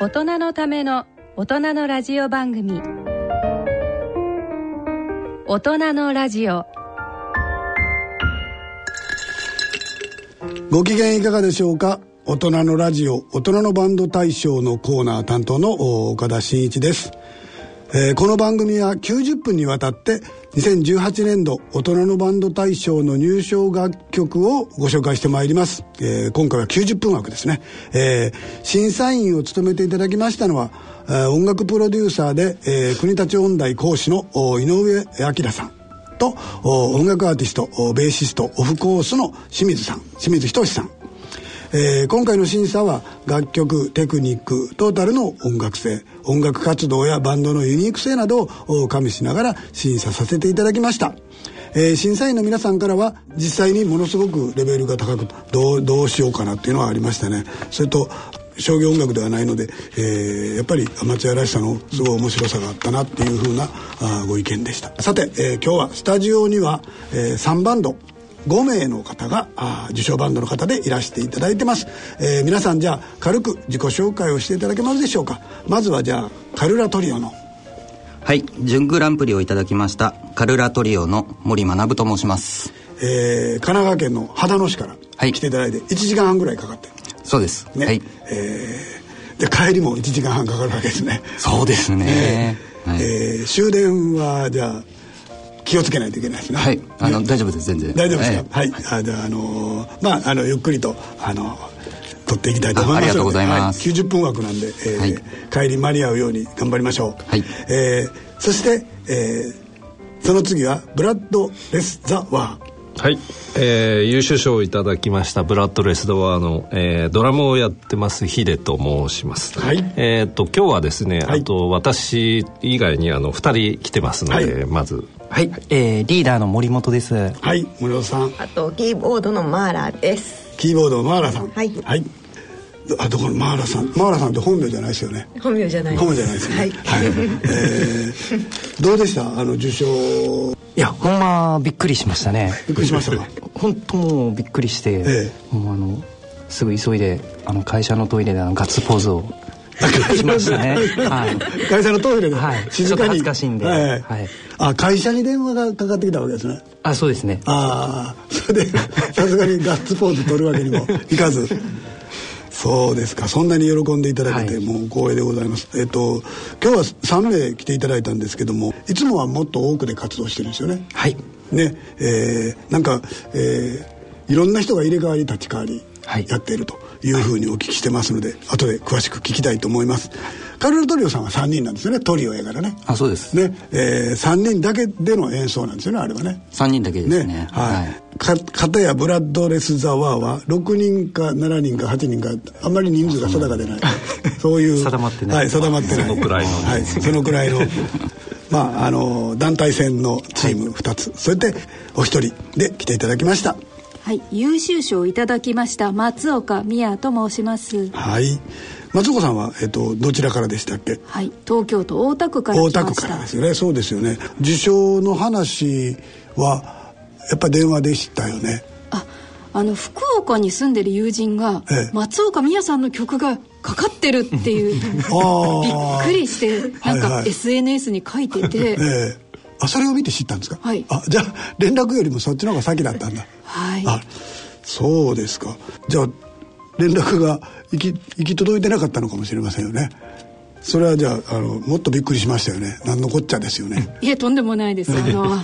大人のための大人のラジオ番組、大人のラジオ。 ご機嫌いかがでしょうか。大人のラジオ、大人のバンド大賞のコーナー担当の岡田真一です。この番組は90分にわたって2018年度大人のバンド大賞の入賞楽曲をご紹介してまいります。今回は90分枠ですね。審査員を務めていただきましたのは音楽プロデューサーで、国立音大講師の井上彰さんと音楽アーティストベーシストオフコースの清水仁さん。今回の審査は楽曲、テクニック、トータルの音楽性、音楽活動やバンドのユニーク性などを加味しながら審査させていただきました。審査員の皆さんからは実際にものすごくレベルが高くどうしようかなっていうのはありましたね。それと商業音楽ではないので、やっぱりアマチュアらしさのすごい面白さがあったなっていう風なご意見でした。さて、今日はスタジオには、3バンド5名の方が受賞バンドの方でいらしていただいてます。皆さんじゃあ軽く自己紹介をしていただけますでしょうか。まずはじゃあカルラトリオの、 はい、準グランプリをいただきましたカルラトリオの森学と申します。 神奈川県の秦野市から来ていただいて1時間半ぐらいかかって、 そうですね、はい、 で帰りも1時間半かかるわけですね。 そうですね、 終電はじゃあ気をつけないといけないですね。はい、 大丈夫です。全然大丈夫ですか。はい、じゃあゆっくりと撮っていきたいと思います。 ありがとうございます。 90分枠なんで、帰り間に合うように頑張りましょう。はい、そして、その次はブラッドレス・ザ・ワー。 はい、優秀賞をいただきましたブラッドレス・ザ・ワーの、ドラムをやってますヒデと申します。はい、今日はですね、あと私以外に2人来てますので、まずはい、リーダーの森本です。 はい、森本さん。 あとキーボードのマーラです。 キーボードのマーラさん。 はい、 はい、どこのマーラさんって本名じゃないですよね。 本名じゃないですね。はい、どうでした受賞。 いや、ほんまびっくりしましたね。 びっくりしましたか。 本当もうびっくりして、もうすぐ急いで会社のトイレでガッツポーズをしましたね。はい、 会社のトイレで、 静かに。ちょっと恥ずかしいんで、 会社に電話がかかってきたわけですね。 そうですね。 それでさすがにガッツポーズ取るわけにもいかず。そうですか。そんなに喜んでいただけて、もう光栄でございます。今日は3名来ていただいたんですけども、いつもはもっと多くで活動してるんですよね。 はい。 ね、なんか、いろんな人が入れ替わり立ち替わりやっているというふうにお聞きしてますので、後で詳しく聞きたいと思います。カルラトリオさんは3人なんですよね。トリオやからね。 そうですね。3人だけでの演奏なんですよね、あれはね。 3人だけですね。 はい。片やブラッドレス・ザ・ワーは6人か7人か8人かあんまり人数が定かでない。そういう定まってない。 はい、定まってない。 そのくらいの。 はい、そのくらいの団体戦のチーム2つ、それでお一人で来ていただきました。 はい、優秀賞をいただきました松岡美也と申します。 はい、松岡さんは、どちらからでしたっけ。 はい、東京都大田区から来ました。 大田区からですよね。そうですよね。受賞の話はやっぱり電話でしたよね。 福岡に住んでる友人が、松岡美也さんの曲がかかってるっていうびっくりしてなんか SNS に書いてて、 それを見て知ったんですか。 はい。 じゃあ連絡よりもそっちの方が先だったんだ。 はい。 そうですか。じゃあ連絡が行き届いてなかったのかもしれませんよね。それはじゃあもっとびっくりしましたよね。何のこっちゃですよね。 いえ、とんでもないです。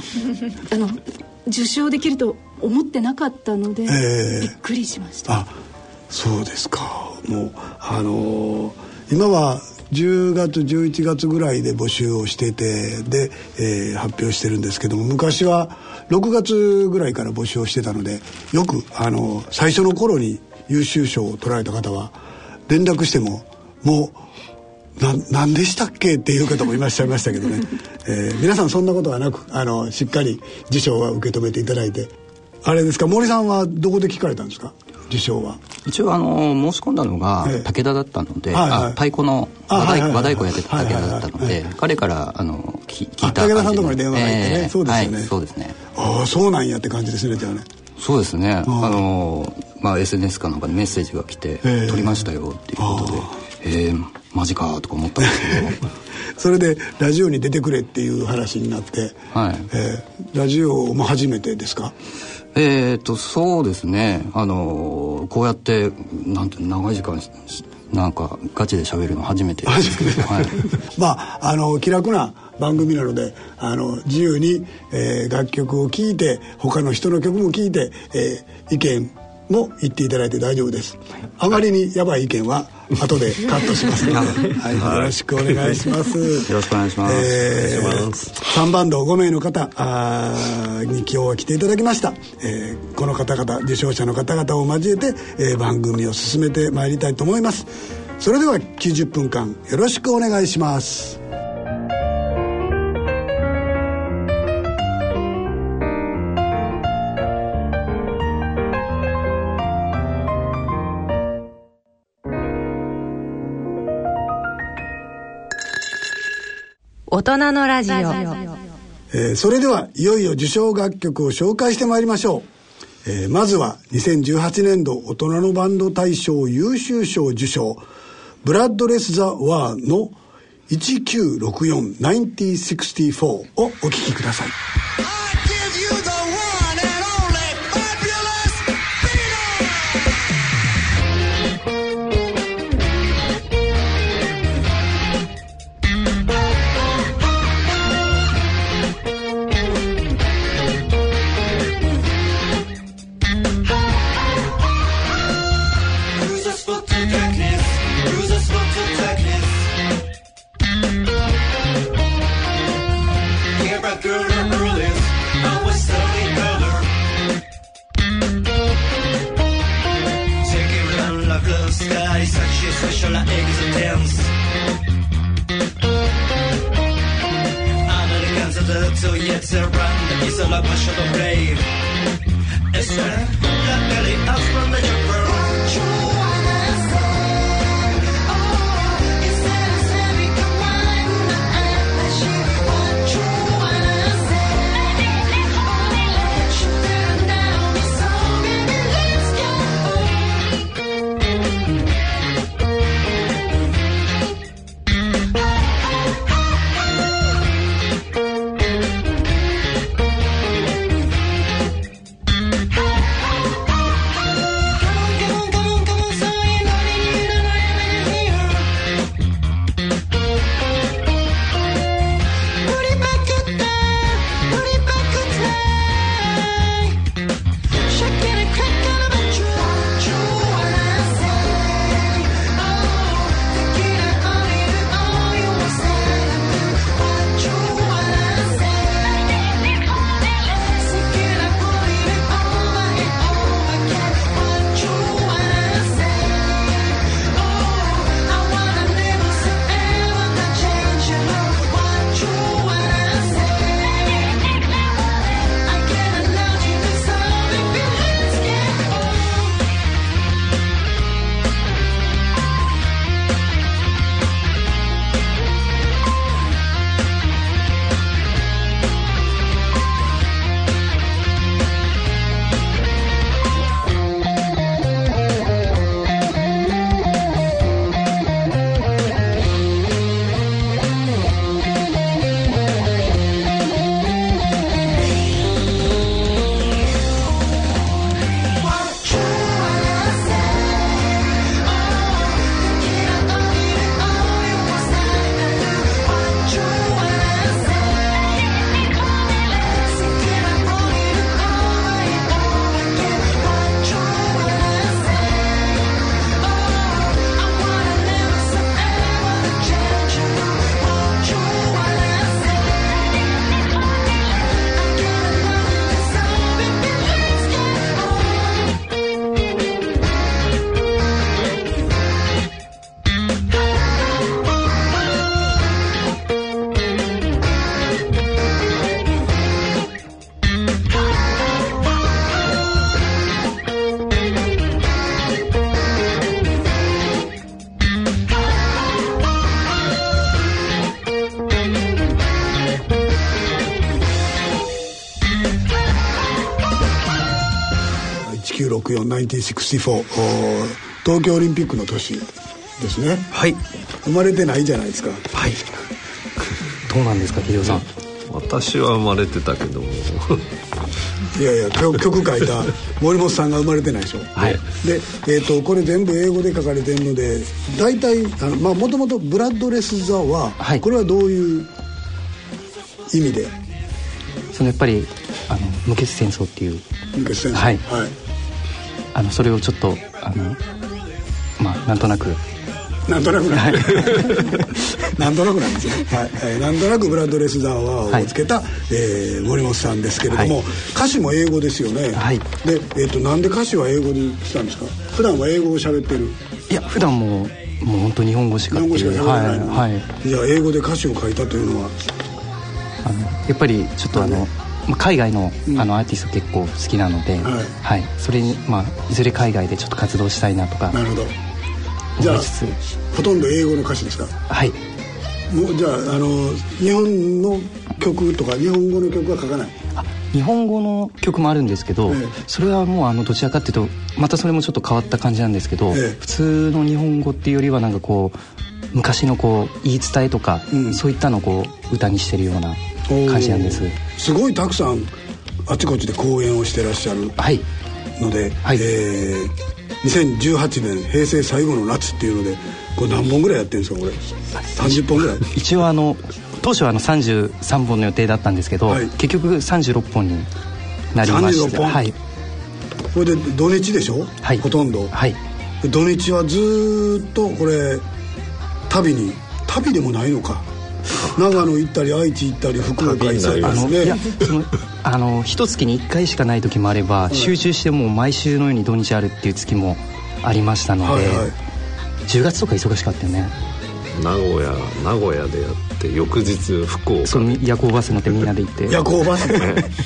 受賞できると思ってなかったので、びっくりしました。 そうですか。もう今は10月11月ぐらいで募集をしててで、発表してるんですけども、昔は6月ぐらいから募集をしてたので、よく最初の頃に優秀賞を取られた方は連絡してももう何でしたっけっていう方もいらっしゃいましたけどね。皆さんそんなことはなくしっかり受賞は受け止めていただいて。あれですか、森さんはどこで聞かれたんですか、受賞は。 一応申し込んだのが武田だったので、太鼓の和太鼓やってた武田だったので、彼から聞いた感じで。 武田さんのところに電話が入ってね。そうですよね。 そうですね。 そうなんやって感じですね。じゃあね。 そうですね。SNS かなんかでメッセージが来て、撮りましたよっていうことで、 マジかとか思ったんですけどそれでラジオに出てくれっていう話になって、はい、ラジオも初めてですか？ そうですね、こうやってなんて長い時間なんかガチで喋るの初めてですけど、はい、 まあ気楽な番組なので自由に、楽曲を聴いて他の人の曲も聴いて、意見も言っていただいて大丈夫です。あまりにやばい意見は後でカットしますので、はい、よろしくお願いします。 よろしくお願いします。 3バンド5名の方に今日は来ていただきました。この方々受賞者の方々を交えて、番組を進めてまいりたいと思います。それでは90分間よろしくお願いします。 大人のラジオ、 それではいよいよ受賞楽曲を紹介してまいりましょう。まずは2018年度大人のバンド大賞優秀賞受賞ブラッドレス・ザ・ワーの1964-1964をお聴きください。1964-1964東京オリンピックの年ですね。 はい、 生まれてないじゃないですか。 はい。どうなんですか秀夫さん。 私は生まれてたけどもいやいや曲書いた森本さんが生まれてないでしょ。 はい。 で、これ全部英語で書かれてるので、大体もともとブラッドレス・ザは、はい、これはどういう意味で？ やっぱり無血戦争っていう。 無血戦争。 はい。はい、それをちょっとなんとなく。なんとなくなんですね。 はい。なんとなくブラッドレス・ザワーをつけた、森本さんですけれども、はい、歌詞も英語ですよね。はい。で、なんで歌詞は英語にしたんですか？普段は英語を喋ってる？ いや、普段もう本当日本語しか喋れないの。 はい。 じゃあ英語で歌詞を書いたというのはやっぱりちょっと海外のアーティスト結構好きなので、はい。それにいずれ海外でちょっと活動したいなとか。 なるほど。じゃあほとんど英語の歌詞ですか？ はい。 もうじゃあ日本の曲とか日本語の曲は書かない？ 日本語の曲もあるんですけど、それはもうどちらかっていうとまたそれもちょっと変わった感じなんですけど、普通の日本語っていうよりはなんかこう昔のこう言い伝えとか、そういったのをこう歌にしてるような感じなんです。 すごいたくさんあちこちで公演をしてらっしゃるので、はい。2018年平成最後の夏っていうのでこれ何本ぐらいやってるんですか？これ30本ぐらい？ 一応当初は33本の予定だったんですけど、はい、結局36本になりました。 36本。はい。これで土日でしょ？はい。ほとんど。はい。土日はずっとこれ旅でもないのか。長野行ったり愛知行ったり福岡行ったりですね。いや一月に1回しかない時もあれば、集中してもう毎週のように土日あるっていう月もありましたので、10月とか忙しかったよね。 名古屋でやって翌日福岡、 そう夜行バス乗ってみんなで行って夜行バス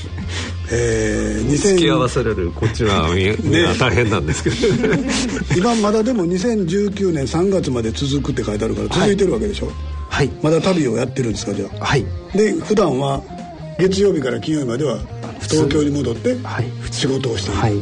付き合わせられるこっちは大変なんですけど今まだでも2019年3月まで続くって書いてあるから続いてるわけでしょ？はい。まだ旅をやってるんですか？じゃあ。はい。で普段は月曜日から金曜日までは東京に戻って仕事をしている。はい。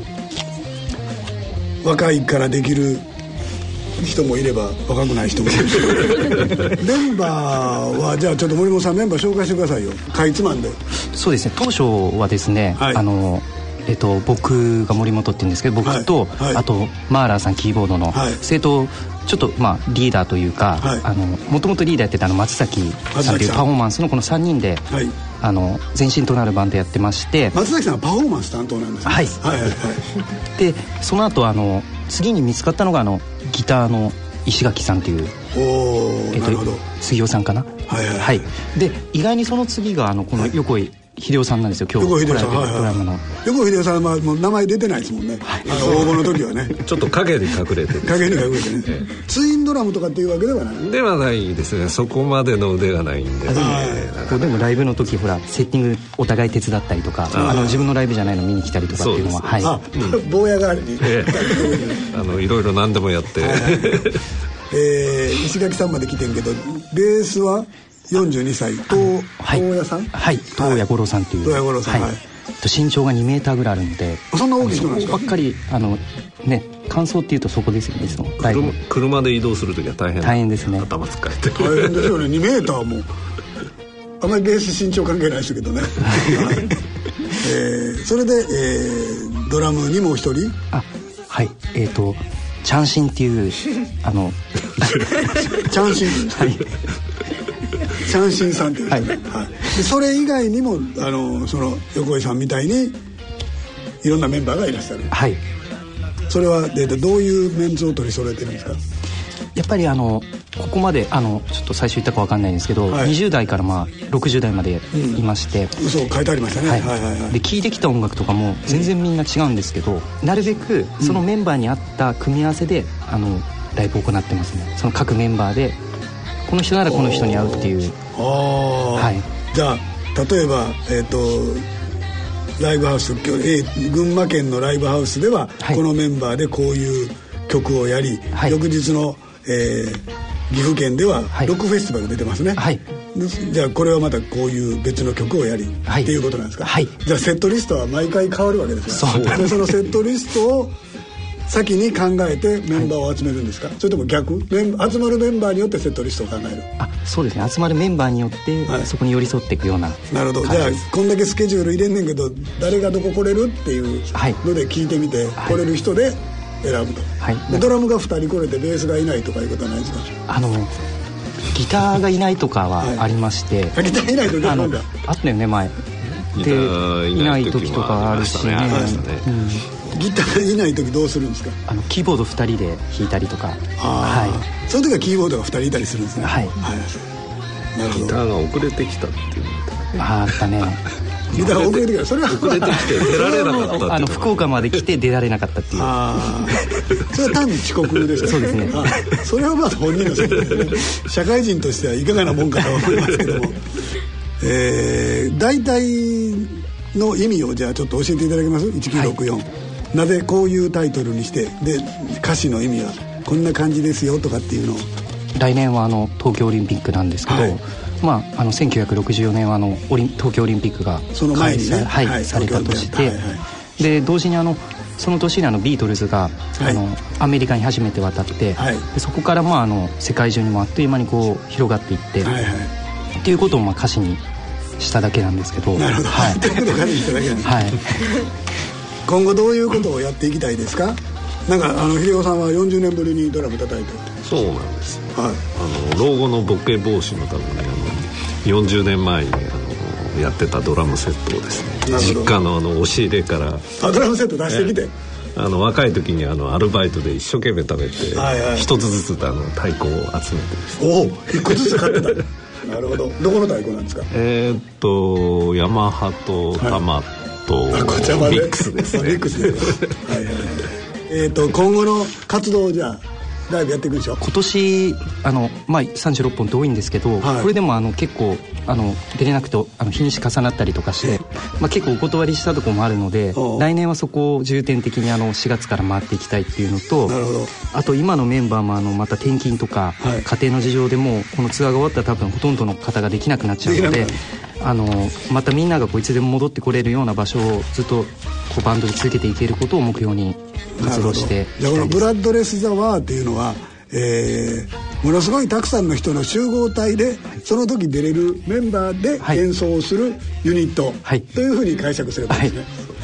若いからできる人もいれば若くない人もいるメンバーはじゃあちょっと森本さんメンバー紹介してくださいよ。かいつまんで。 そうですね、当初はですね、はい、僕が森本って言うんですけど、僕と、はいはい、あとマーラーさんキーボードの、はい、ちょっとリーダーというか、はい、もともとリーダーやってた松崎さんというパフォーマンスのこの3人で、はい、前身となるバンドやってまして、 松崎さんはパフォーマンス担当なんですね。 はい、はいはいはい、でその後次に見つかったのがギターの石垣さんというなるほど、 杉尾さんかな。はいはい、はい、で意外にその次がこの横井秀夫さんなんですよ。今日横井秀夫さん、はいはい、横井秀夫さんはもう名前出てないですもんね、はい、応募の時はねちょっと影に隠れてねツインドラムとかっていうわけではないではないですね。そこまでの腕がないんで、 でもライブの時ほらセッティングお互い手伝ったりとか自分のライブじゃないの見に来たりとかっていうのは、はい、 坊や代わりにいろいろ何でもやって石垣さんまで来てんけどベースは42歳東谷さん、 はい、東谷五郎さんっていう、 東谷五郎さん、はい、 身長が2メーターぐらいあるので、 そんな大きい人なんですか？ ばっかりね、感想っていうとそこですよね。その車で移動するときは大変ですね。 頭使って大変ですよね。2メーターもあんまりベース身長関係ないですけどねそれで、ドラムにもう一人、 はい、チャンシンっていうチャンシン、はい、チャンシンさんっていうですね、はいはい、でそれ以外にもその横井さんみたいにいろんなメンバーがいらっしゃる。はい。それはどういうメンツを取り揃えてるんですか？ やっぱりここまでちょっと最初言ったか分かんないんですけど、はい、20代から60代までいまして、 そう書いてありましたね、はいはいはいはい、 で聴いてきた音楽とかも全然みんな違うんですけど、なるべくそのメンバーに合った組み合わせでライブを行ってますね。その各メンバーでこの人ならこの人に合うっていう。はい、 じゃあ例えばライブハウス、群馬県のライブハウスでは、はい、このメンバーでこういう曲をやり、はい、翌日の、岐阜県ではロックフェスティバル出てますね、はい、じゃあこれはまたこういう別の曲をやり、はい、っていうことなんですか、はい、じゃあセットリストは毎回変わるわけですよ。でそのセットリストを先に考えてメンバーを集めるんですか、それとも逆、集まるメンバーによってセットリストを考える？ そうですね、集まるメンバーによって、そこに寄り添っていくような。 なるほど。じゃあこんだけスケジュール入れんねんけど誰がどこ来れるっていうので聞いてみて、来れる人で選ぶと、でドラムが2人来れてベースがいないとかいうことはないですか？ ギターがいないとかはありまして、 ギターいない時はなんだあったよね前で、いない時とかあるしね。 ギターいない時どうするんですか？ キーボード2人で弾いたりとか。 その時はキーボードが2人いたりするんですね。なるほど。 ギターが遅れてきたっていうのあったね。 ギター遅れてきた。それは遅れてきて出られなかったって。 福岡まで来て出られなかったっていう。 それは単に遅刻ですか？ そうですね。 それはまあ本人の責任ですね。社会人としてはいかがなもんかと思いますけども、大体の意味をじゃあちょっと教えていただけます？1964、なぜこういうタイトルにして、で歌詞の意味はこんな感じですよとかっていうのを。 来年は東京オリンピックなんですけど、1964年は東京オリンピックがその前にね、 された年で、で同時にその年にビートルズが、アメリカに初めて渡って、でそこから世界中にもあっという間にこう広がっていって、っていうことを歌詞にしただけなんですけど。 なるほど。ということを歌詞にしただけなんです。今後どういうことをやっていきたいですか？なんか秀夫さんは40年ぶりにドラム叩いて。 そうなんです。老後のボケ防止のために40年前にやってたドラムセットをですね、実家の押し入れからドラムセット出してきて、 若い時にアルバイトで一生懸命食べて一つずつ太鼓を集めてですね。 一個ずつ買ってた。なるほど。どこの太鼓なんですか？ ヤマハとタマとミックスですね。ミックスです。今後の活動をじゃあライブやっていくでしょ。 今年36本って多いんですけど、これでも結構出れなくて日にち重なったりとかして、結構お断りしたところもあるので、来年はそこを重点的に4月から回っていきたいっていうのと、あと今のメンバーもまた転勤とか、家庭の事情でもうこのツアーが終わったら多分ほとんどの方ができなくなっちゃうので、またみんながいつでも戻ってこれるような場所をずっとバンドで続けていけることを目標に活動していきたいです。 じゃあこのブラッドレス・ザ・ワーっていうのは、ものすごいたくさんの人の集合体で、その時出れるメンバーで演奏をするユニット、というふうに解釈すればいいですね。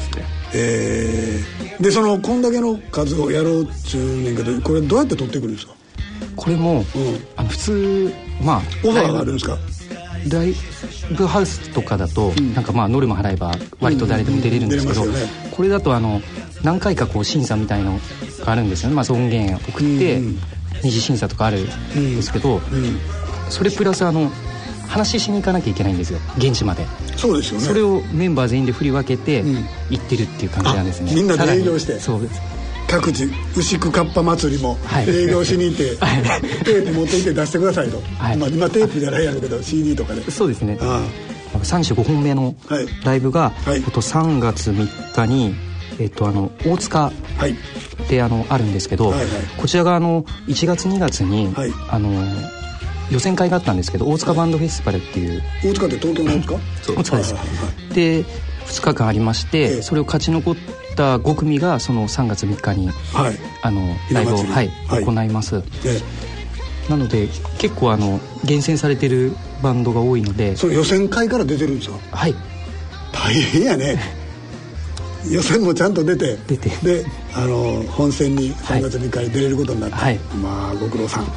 でこんだけの数をやろうっちゅうねんけど、これどうやって取ってくるんですか？ これも、普通オファーがあるんですか？ ライブハウスとかだと、ノルマ払えば割と誰でも出れるんですけど、これだと何回か審査みたいのがあるんですよね。音源を送って二次審査とかあるんですけど、それプラス話しに行かなきゃいけないんですよ、現地まで。 そうですよね。 それをメンバー全員で振り分けて行ってるっていう感じなんですね。 みんなで営業して。 そうです。 各地牛久かっぱ祭りも営業しに行って、テープ持って行って出してくださいと、今テープじゃないやろうけど CD とかで。 そうですね。35本目のライブが、3月3日に、大塚であるんですけど、こちらが1月2月に、予選会があったんですけど、大塚バンドフェスティバルっていう。 大塚って東京の大塚？ 大塚です。で2日間ありまして、それを勝ち残った5組がその3月3日に、ライブを、行います。なので結構厳選されてるバンドが多いので。 その予選会から出てるんですか？ はい。 大変やね。予選もちゃんと出てで本戦に3月3日に出れることになって、ご苦労さん。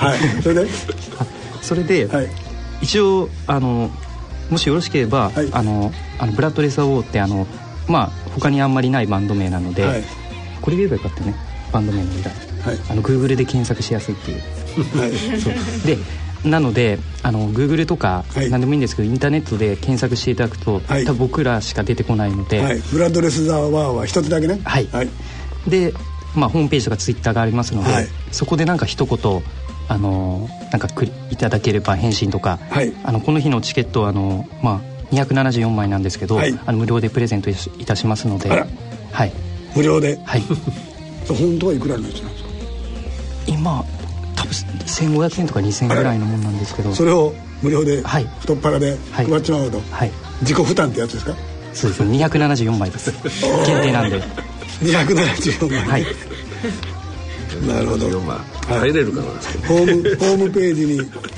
それで、 一応もしよろしければ、ブラッドレス・ザ・ウォーって他にあんまりないバンド名なので、これ言えばよかったね、バンド名の裏、Google で検索しやすいっていう、そうでなのでGoogle とか何でもいいんですけど、インターネットで検索していただくと、多分僕らしか出てこないので、 ブラッドレス・ザ・ワーは一つだけね。 で、ホームページとかツイッターがありますので、そこで一言いただければ返信とか、この日のチケットは274枚なんですけど、無料でプレゼントいたしますので、 無料で。本当はいくらのやつなんですか？ 今多分1500円とか2000円ぐらいのもんなんですけど、 それを無料で太っ腹で配っちまうと、自己負担ってやつですか？ そうですね、274枚です。限定なんで。 274枚。 なるほど。 入れるかなですけど、 ホームページに、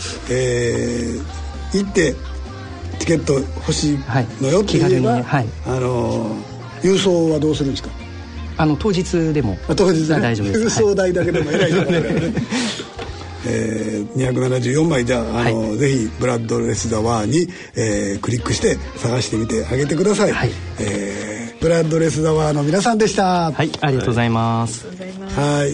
行ってチケット欲しいのよって言えば、郵送はどうするんですか？ 当日でも当日ね、 大丈夫です。 郵送代だけでも偉いからね。274枚じゃあ、ぜひブラッドレス・ザ・ワーに、クリックして探してみてあげてください。ブラッドレス・ザ・ワーの皆さんでした。 はい、ありがとうございます。 はい。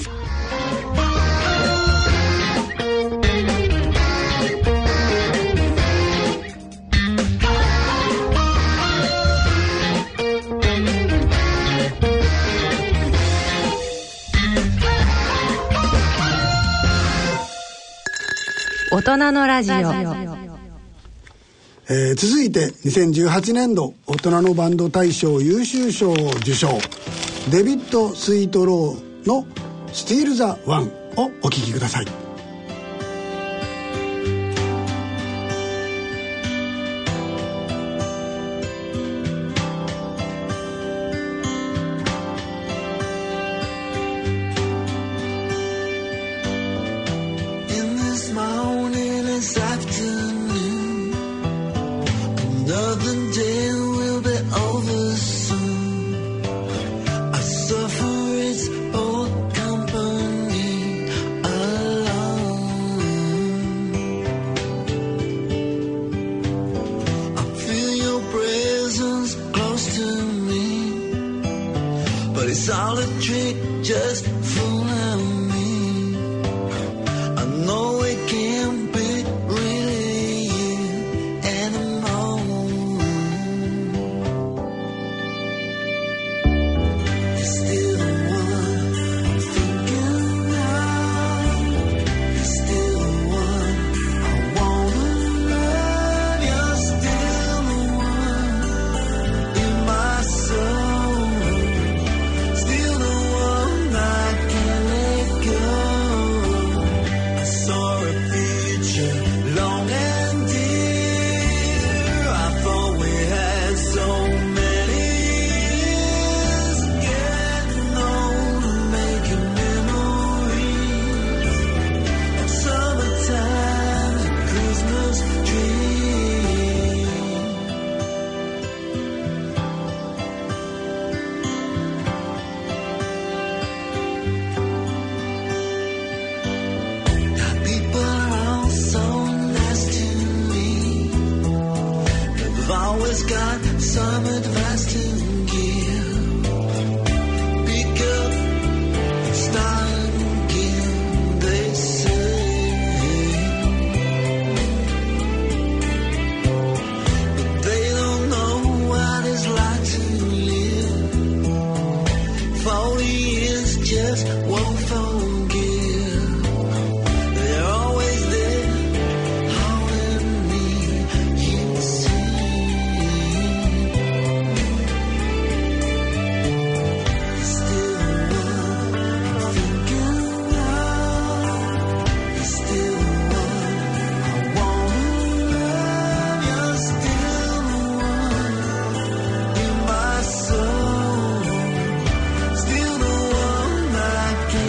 大人のラジオ。 続いて2018年度大人のバンド大賞優秀賞を受賞、デビッド・スイートローのスティール・ザ・ワンをお聴きください。 Still the one I can't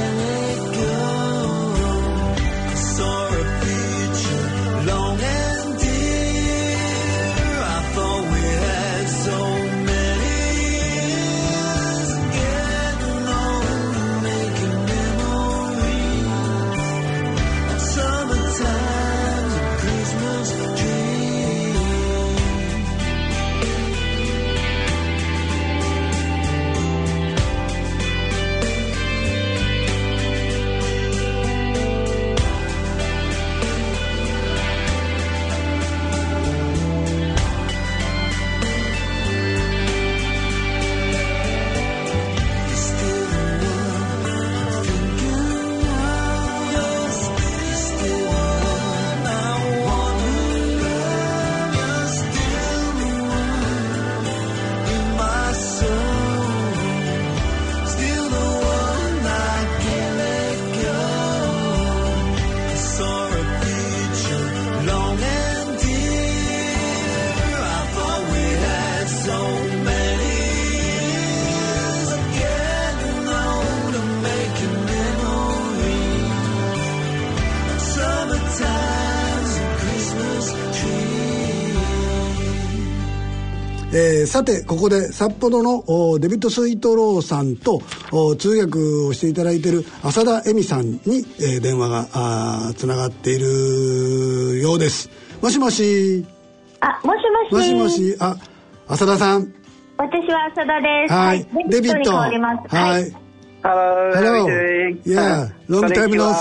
さてここで札幌のデビッド・スイートローさんと通訳をしていただいている浅田恵美さんに、電話がつながっているようです。もしもし。 もしもし。 もしもし。浅田さん。 私は浅田です。 はい。 デビッドに変わります。 はい。 Hello. Hello. Yeah. Long time no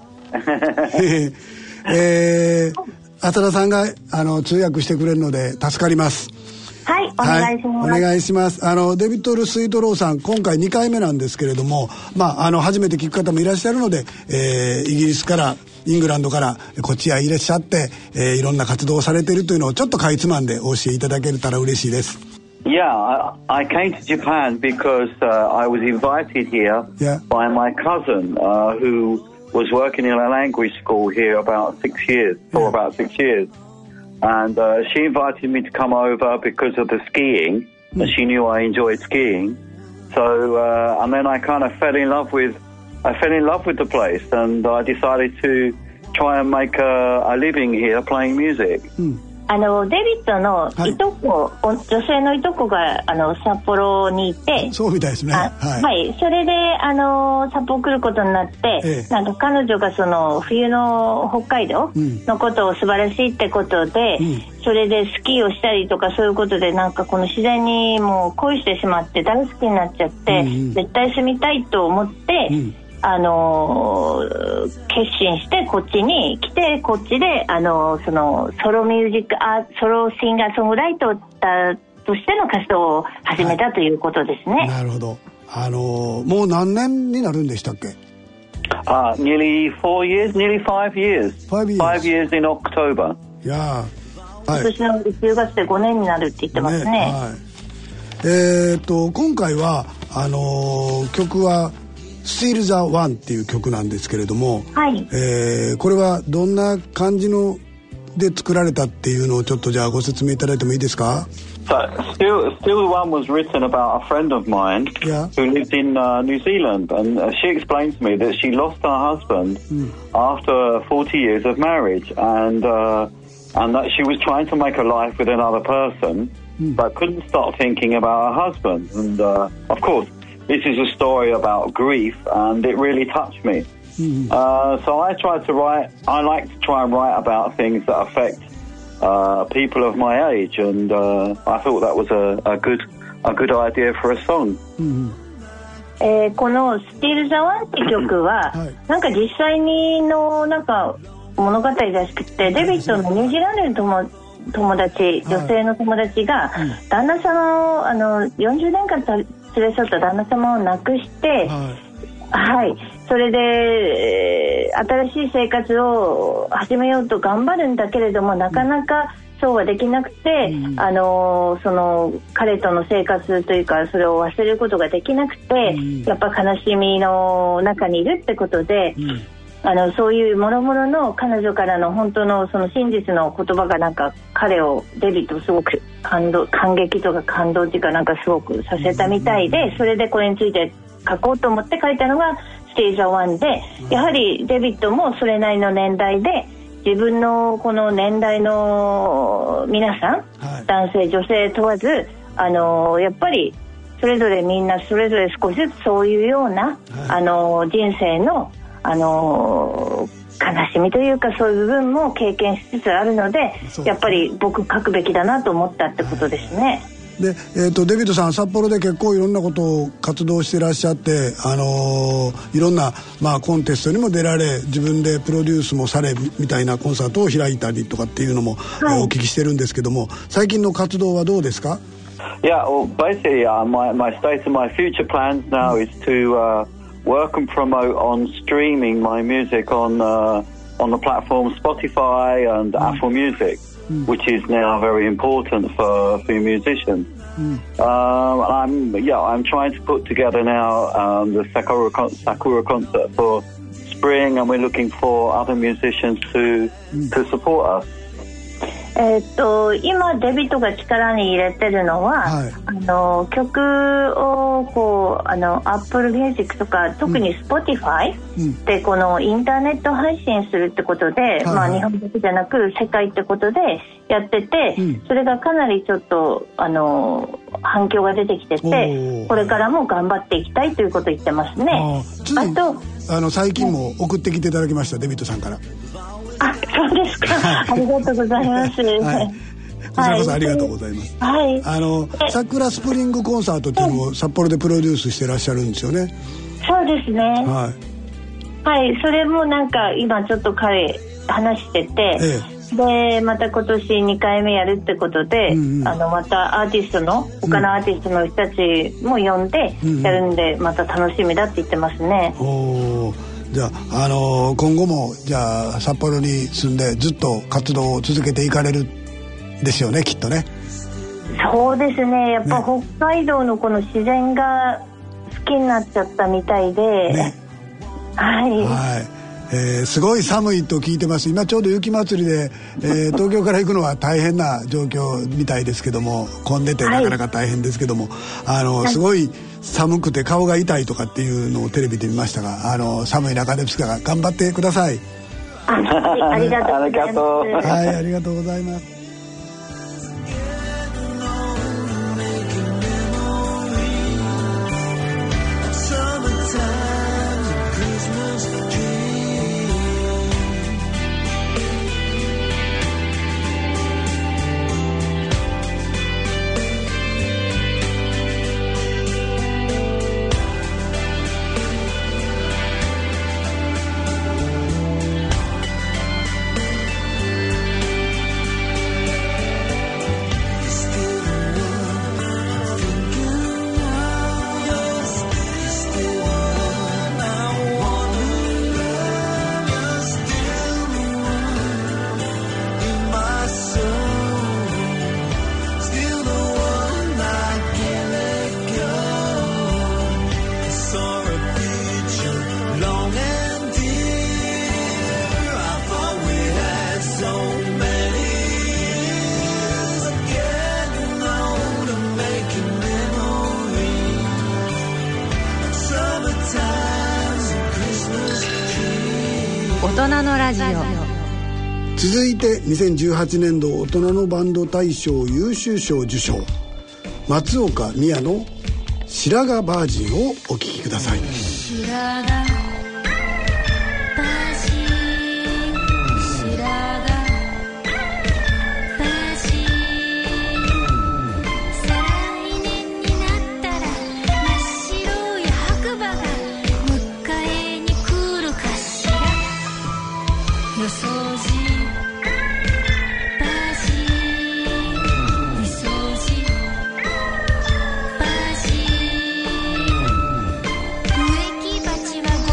see. 浅田さんが通訳してくれるので助かります。 はい、お願いします。 お願いします。デビッド・スイートローさん、今回2回目なんですけれども、初めて聞く方もいらっしゃるので、イギリスからイングランドからこっちへいらっしゃって、いろんな活動をされているというのをちょっとかいつまんでお教えいただけたら嬉しいです。 Yeah, I came to Japan because I was invited here by my cousin who was working in a language school here for about 6 years. And she invited me to come over because of the skiing. And she knew I enjoyed skiing. So, and then I kind of fell in love with the place, and I decided to try and make a living here playing music. デビッドのいとこ、女性のいとこが札幌にいて、 そうみたいですね。はい。 それで札幌来ることになって、なんか彼女がその冬の北海道のことを素晴らしいってことで、それでスキーをしたりとかそういうことでなんかこの自然にもう恋してしまって大好きになっちゃって、絶対住みたいと思って。決心してこっちに来て、こっちでそのソロミュージックソロシンガーソングライターとしての活動を始めたということですね。 なるほど。もう何年になるんでしたっけ ？Nearly 4 years, nearly 5 years. 5 years in October. いや今年の10月で5年になるって言ってますね。 今回は曲はStill the One っていう曲なんですけれども、これはどんな感じので作られたっていうのをちょっとじゃあご説明いただいてもいいですか？ So, Still the One was written about a friend of mine who lived in New Zealand, and she explained to me that she lost her husband after 40 years of marriage, and that she was trying to make a life with another person, but couldn't stop thinking about her husband. And of course, this is a story about grief, and it really touched me. So I like to try and write about things that affect people of my age, and I thought that was a good idea for a song. この Still the One って曲は、なんか実際にのなんか物語らしくて、デビッドのニュージーランドの友達、女性の友達が旦那様を40年間連れ添った旦那様を亡くして、それで新しい生活を始めようと頑張るんだけれども、なかなかそうはできなくて、その彼との生活というかそれを忘れることができなくて、やっぱ悲しみの中にいるってことで、そういうもろもろの彼女からの本当のその真実の言葉がなんか彼をデビッドをすごく感激とか感動っていうかなんかすごくさせたみたいで、それでこれについて書こうと思って書いたのがステージ1で、やはりデビッドもそれなりの年代で自分のこの年代の皆さん、男性女性問わずやっぱりそれぞれみんなそれぞれ少しずつそういうような、人生の悲しみというかそういう部分も経験しつつあるので、やっぱり僕書くべきだなと思ったってことですね。 で、デビッドさん札幌で結構いろんなことを活動していらっしゃって、いろんな、コンテストにも出られ、自分でプロデュースもされみたいなコンサートを開いたりとかっていうのも、お聞きしてるんですけども、最近の活動はどうですか？ Yeah, well, basically, my future plans now is to work and promote on streaming my music on the platform Spotify and Apple Music, which is now very important for musicians. I'm trying to put together now the Sakura concert for spring, and we're looking for other musicians to support us. 今デビットが力に入れてるのは、はい、曲をこうApple Music とか特に Spotify でこのインターネット配信するってことで、日本だけじゃなく世界ってことでやってて、それがかなりちょっと反響が出てきてて、これからも頑張っていきたいということを言ってますね。 あと最近も送ってきていただきました、デビットさんから。 そうですか。ありがとうございます。はい、 こちらこそありがとうございます。はい。桜スプリングコンサートっていうのを札幌でプロデュースしてらっしゃるんですよね。 そうですね。 はい。 はい、それもなんか今ちょっと彼話してて、でまた今年2回目やるってことで、またアーティストの他のアーティストの人たちも呼んでやるんで、また楽しみだって言ってますね。 じゃあ、今後もじゃあ札幌に住んでずっと活動を続けていかれるですよね、きっとね。 そうですね、やっぱ北海道のこの自然が好きになっちゃったみたいで、はい、 はい。すごい寒いと聞いてます。今ちょうど雪まつりで、東京から行くのは大変な状況みたいですけども、混んでてなかなか大変ですけども、すごい寒くて顔が痛いとかっていうのをテレビで見ましたが、寒い中ですから頑張ってください。 ありがとうございます。 はい、ありがとうございます。 大人のラジオ。 続いて2018年度大人のバンド大賞優秀賞受賞、松岡美也の白髪バージンをお聴きください。白髪植木鉢は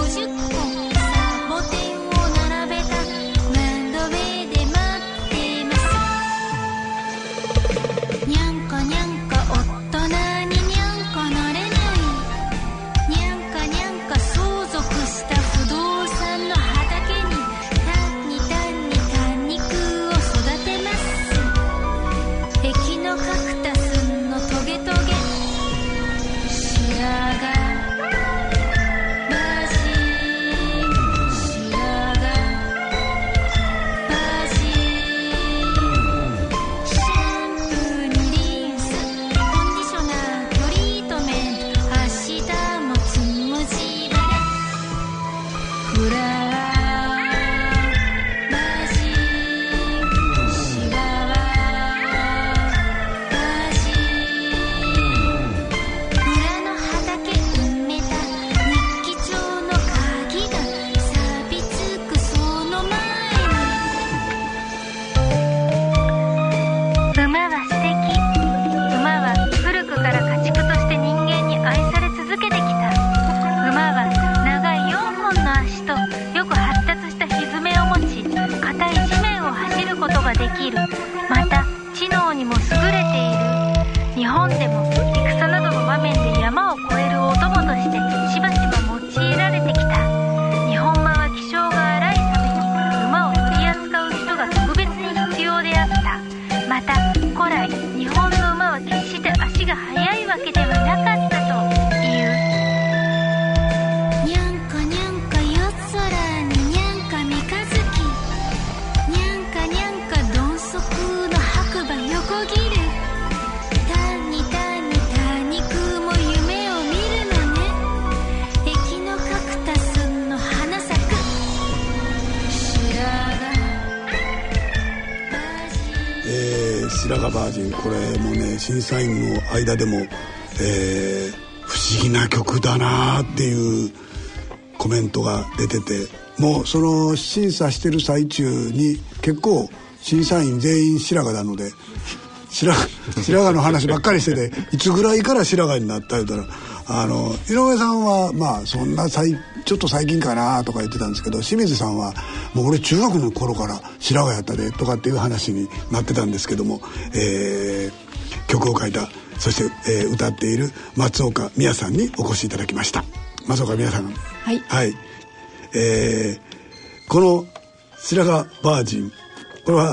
白髪バージン、これもね審査員の間でも、不思議な曲だなっていうコメントが出てて、もうその審査してる最中に結構審査員全員白髪なので白髪の話ばっかりしてて、いつぐらいから白髪になった言うたら、井上さんはまあそんなちょっと最近かなとか言ってたんですけど、清水さんはもう俺中学の頃から白髪やったでとかっていう話になってたんですけども、曲を書いた、そして、歌っている松岡美也さんにお越しいただきました。松岡美也さん、 はい、 はい、この白髪バージン、これは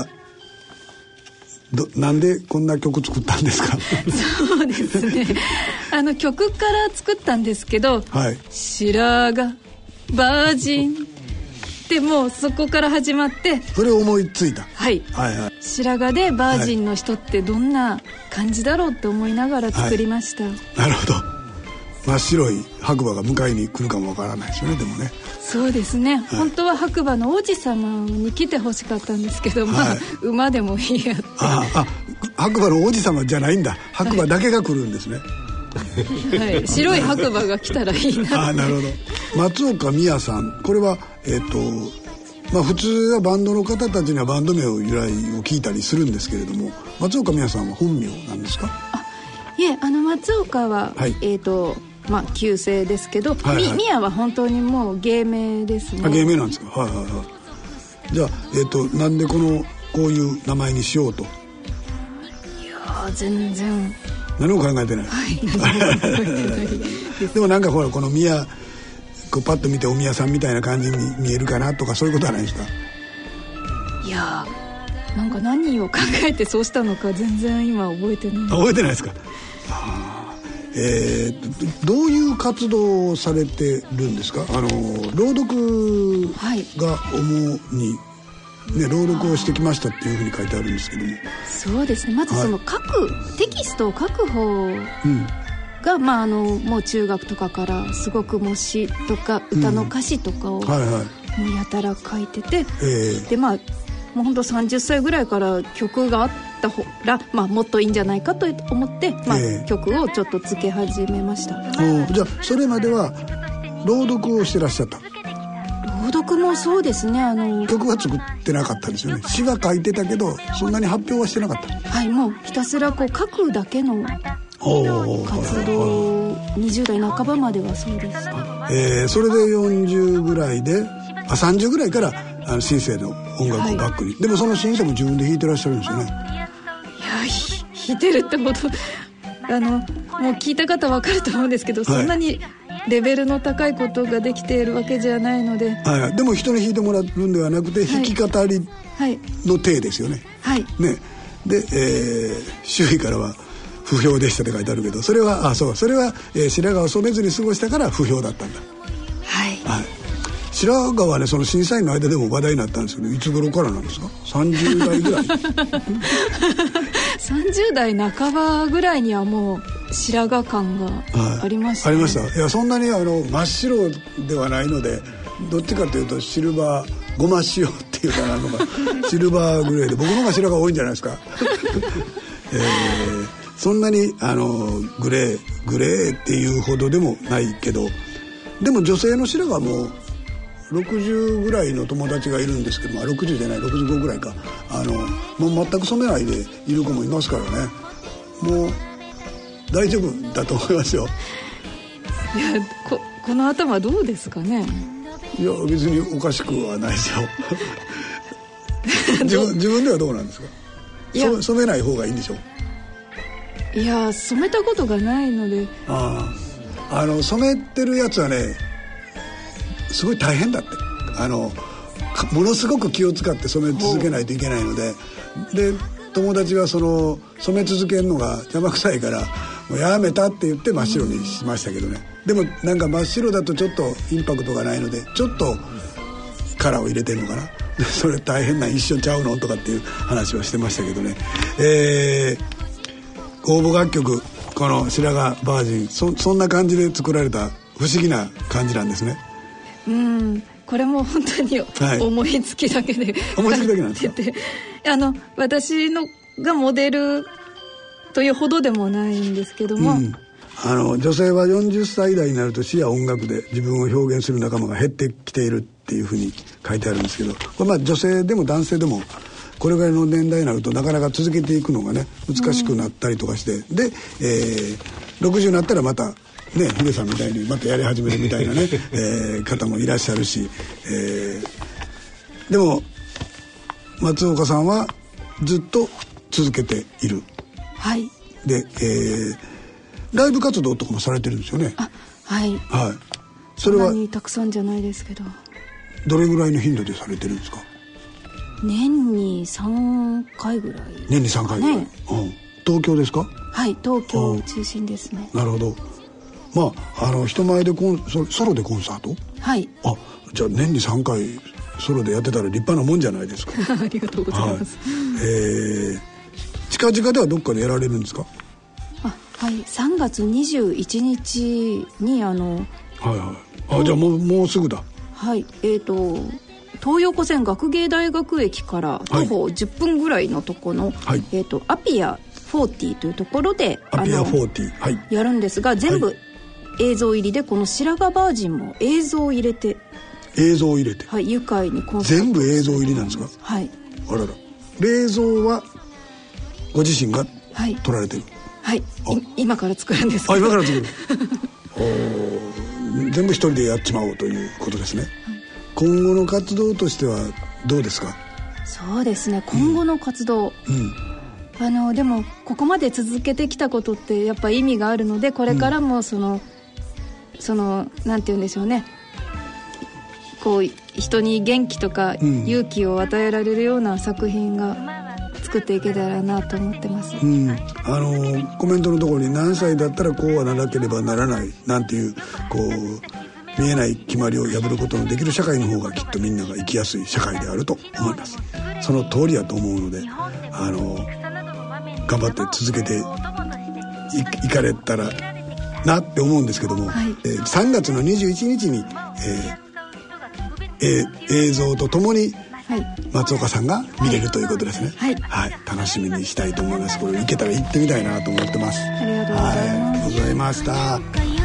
なんでこんな曲作ったんですか？ そうですね、曲から作ったんですけど、 はい、 白髪バージンでもうそこから始まって、 それを思いついた、 はい、はいはい、白髪でバージンの人ってどんな感じだろうって思いながら作りました、はい、 なるほど。真っ白い白馬が迎えに来るかもわからないですよね。でもね、 そうですね、はい、本当は白馬の王子様に来てほしかったんですけど、まあ、はい、馬でもいいやって。 白馬の王子様じゃないんだ、白馬だけが来るんですね、 はい、白い白馬が来たらいいなって。 なるほど。松岡美也さん、これはまあ普通はバンドの方たちにはバンド名を由来を聞いたりするんですけれども、松岡美也さんは本名なんですか？ いえ、松岡は、はい、まあ旧姓ですけど、はいはい、美也は本当にもう芸名ですね。 芸名なんですか？はいはいはい。じゃあなんでこういう名前にしようと？いや全然何も考えてない。はい。でもなんかほらこの美也、こうパッと見てお宮さんみたいな感じに見えるかなとか、そういうことはないですか？ いやなんか何を考えてそうしたのか全然今覚えてない。 覚えてないですか？どういう活動をされてるんですか？朗読が主に、ね、朗読をしてきましたっていうふうに書いてあるんですけども。 そうですね、まずそのテキストを書く方が、まあ、もう中学とかからすごく模試とか歌の歌詞とかを、もうやたら書いてて、でまあもうほんと30歳ぐらいから曲があったら、まあ、もっといいんじゃないかと思って、まあ曲をちょっとつけ始めました。 じゃあそれまでは朗読をしてらっしゃった？ 朗読もそうですね、 曲は作ってなかったんですよね。詩は書いてたけどそんなに発表はしてなかった？ はい、もうひたすらこう書くだけの活動、20代半ばまではそうでした。 それで40ぐらいで30ぐらいからシンセの音楽をバックに、でもそのシンセも自分で弾いてらっしゃるんですよね。いや弾いてるってほどもう聞いた方分かると思うんですけど、そんなにレベルの高いことができているわけじゃないので、 はい、でも人に弾いてもらうんではなくて弾き語りの体ですよね。 はいね、で、周囲からは不評でしたって書いてあるけど、それはそれは、白髪を染めずに過ごしたから不評だったんだ。 はい、 はい、白髪はね、その審査員の間でも話題になったんですけど、いつ頃からなんですか？30代ぐらい 30代半ばぐらいにはもう白髪感がありましたね。 ありました。いやそんなに真っ白ではないので、どっちかというとシルバーごま塩っていうかなのがシルバーグレーで、僕の方が白髪多いんじゃないですかそんなにグレーっていうほどでもないけど、でも女性の白髪も60ぐらいの友達がいるんですけども、60じゃない65ぐらいか、もう全く染めないでいる子もいますからね。もう大丈夫だと思いますよ。 いやこの頭どうですかね？ いや別におかしくはないですよ自分ではどうなんですか？染めない方がいいんでしょう？ いや染めたことがないので。 染めてるやつはねすごい大変だって、ものすごく気を使って染め続けないといけないので、友達はその染め続けるのが邪魔くさいからもうやめたって言って真っ白にしましたけどね。でもなんか真っ白だとちょっとインパクトがないのでちょっとカラーを入れてるのかなそれ大変な一緒ちゃうのとかっていう話はしてましたけどね。応募楽曲この白髪バージン、そんな感じで作られた不思議な感じなんですね。 これも本当に思いつきだけで、 思いつきだけなんですか？ 私のがモデルというほどでもないんですけども、 女性は40歳代になると詩や音楽で自分を表現する仲間が減ってきているっていうふうに書いてあるんですけど、これ女性でも男性でもこれぐらいの年代になるとなかなか続けていくのがね難しくなったりとかして、で、60になったらまたねヒデさんみたいにまたやり始めるみたいなね、方もいらっしゃるし、でも松岡さんはずっと続けている。 はい。 で、ライブ活動とかもされてるんですよね。 はい。 はい。それはそんなにたくさんじゃないですけど。 どれぐらいの頻度でされてるんですか？ 年に3回ぐらい。 年に3回ぐらい。東京ですか？ はい、東京中心ですね。 なるほど。人前でソロでコンサート？ はい。 じゃあ年に3回ソロでやってたら立派なもんじゃないですか。 ありがとうございます。 近々ではどっかでやられるんですか？ はい、3月21日にはいはい。じゃあもうすぐだ。 はい、東横線学芸大学駅から徒歩10分ぐらいのとこの、はい、アピア40というところでアピア40、はい、 やるんですが、全部映像入りで、この白髪バージンも映像を入れて、はい、愉快にコンサート全部映像入りなんですか？ はい。 あらら。映像はご自身が撮られてる？ はい、今から作るんですけど。 今から作る全部一人でやっちまおうということですね、はい、今後の活動としてはどうですか？ そうですね、今後の活動、でもここまで続けてきたことってやっぱ意味があるので、これからもそのなんて言うんでしょうね、こう人に元気とか勇気を与えられるような作品が作っていけたらなと思ってます、コメントのところに何歳だったらこうはならなければならないなんていう見えない決まりを破ることのできる社会の方がきっとみんなが生きやすい社会であると思います。その通りやと思うので頑張って続けていかれたらなって思うんですけども、3月の21日に、映像とともに松岡さんが見れるということですね。はい、楽しみにしたいと思います。これ行けたら行ってみたいなと思ってます。 ありがとうございます。 ありがとうございました。